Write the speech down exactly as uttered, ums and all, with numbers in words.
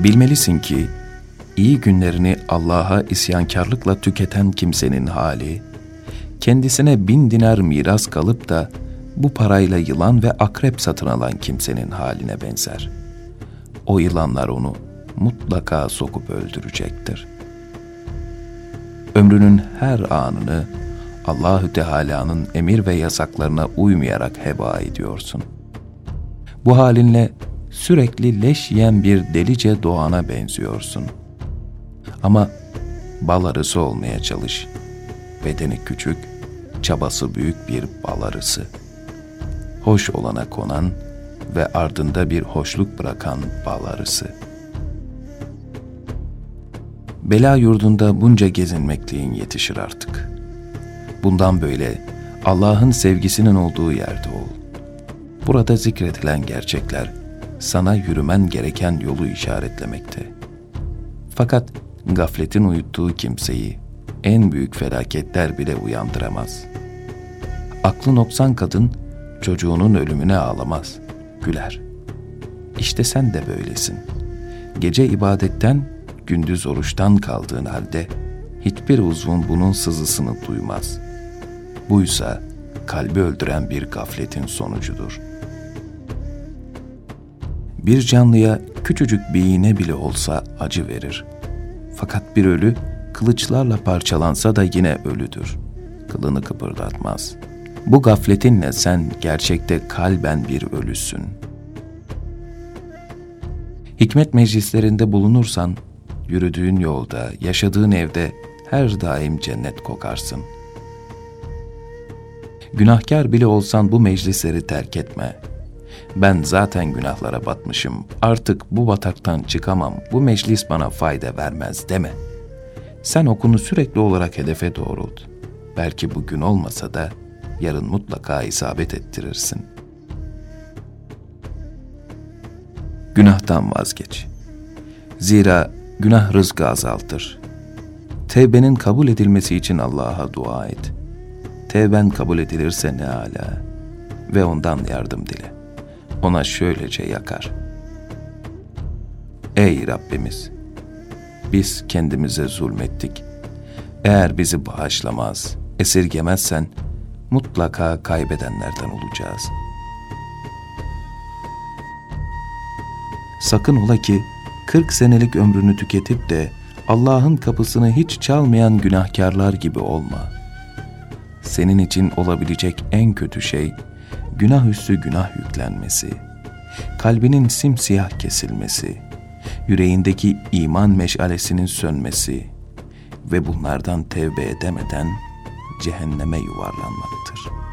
Bilmelisin ki, iyi günlerini Allah'a isyankarlıkla tüketen kimsenin hali, kendisine bin dinar miras kalıp da bu parayla yılan ve akrep satın alan kimsenin haline benzer. O yılanlar onu mutlaka sokup öldürecektir. Ömrünün her anını Allahü Teala'nın emir ve yasaklarına uymayarak heba ediyorsun. Bu halinle sürekli leş yiyen bir delice doğana benziyorsun. Ama bal arısı olmaya çalış. Bedeni küçük, çabası büyük bir bal arısı. Hoş olana konan ve ardında bir hoşluk bırakan bal arısı. Bela yurdunda bunca gezinmekliğin yetişir artık. Bundan böyle Allah'ın sevgisinin olduğu yerde ol. Burada zikredilen gerçekler sana yürümen gereken yolu işaretlemekte. Fakat gafletin uyuttuğu kimseyi en büyük felaketler bile uyandıramaz. Aklı noksan kadın çocuğunun ölümüne ağlamaz, güler. İşte sen de böylesin. Gece ibadetten, gündüz oruçtan kaldığın halde hiçbir uzvun bunun sızısını duymaz. Buysa kalbi öldüren bir gafletin sonucudur. Bir canlıya küçücük bir iğne bile olsa acı verir. Fakat bir ölü kılıçlarla parçalansa da yine ölüdür. Kılını kıpırdatmaz. Bu gafletinle sen gerçekte kalben bir ölüsün. Hikmet meclislerinde bulunursan, yürüdüğün yolda, yaşadığın evde her daim cennet kokarsın. Günahkar bile olsan bu meclisleri terk etme. Ben zaten günahlara batmışım, artık bu bataktan çıkamam, bu meclis bana fayda vermez deme. Sen okunu sürekli olarak hedefe doğrult. Belki bugün olmasa da yarın mutlaka isabet ettirirsin. Günahtan vazgeç. Zira günah rızkı azaltır. Tevbenin kabul edilmesi için Allah'a dua et. Tevben kabul edilirse ne âlâ ve ondan yardım dile. Ona şöylece yakar. Ey Rabbimiz! Biz kendimize zulmettik. Eğer bizi bağışlamaz, esirgemezsen mutlaka kaybedenlerden olacağız. Sakın ola ki kırk senelik ömrünü tüketip de Allah'ın kapısını hiç çalmayan günahkarlar gibi olma. Senin için olabilecek en kötü şey, günah üstü günah yüklenmesi, kalbinin simsiyah kesilmesi, yüreğindeki iman meşalesinin sönmesi ve bunlardan tevbe edemeden cehenneme yuvarlanmaktır.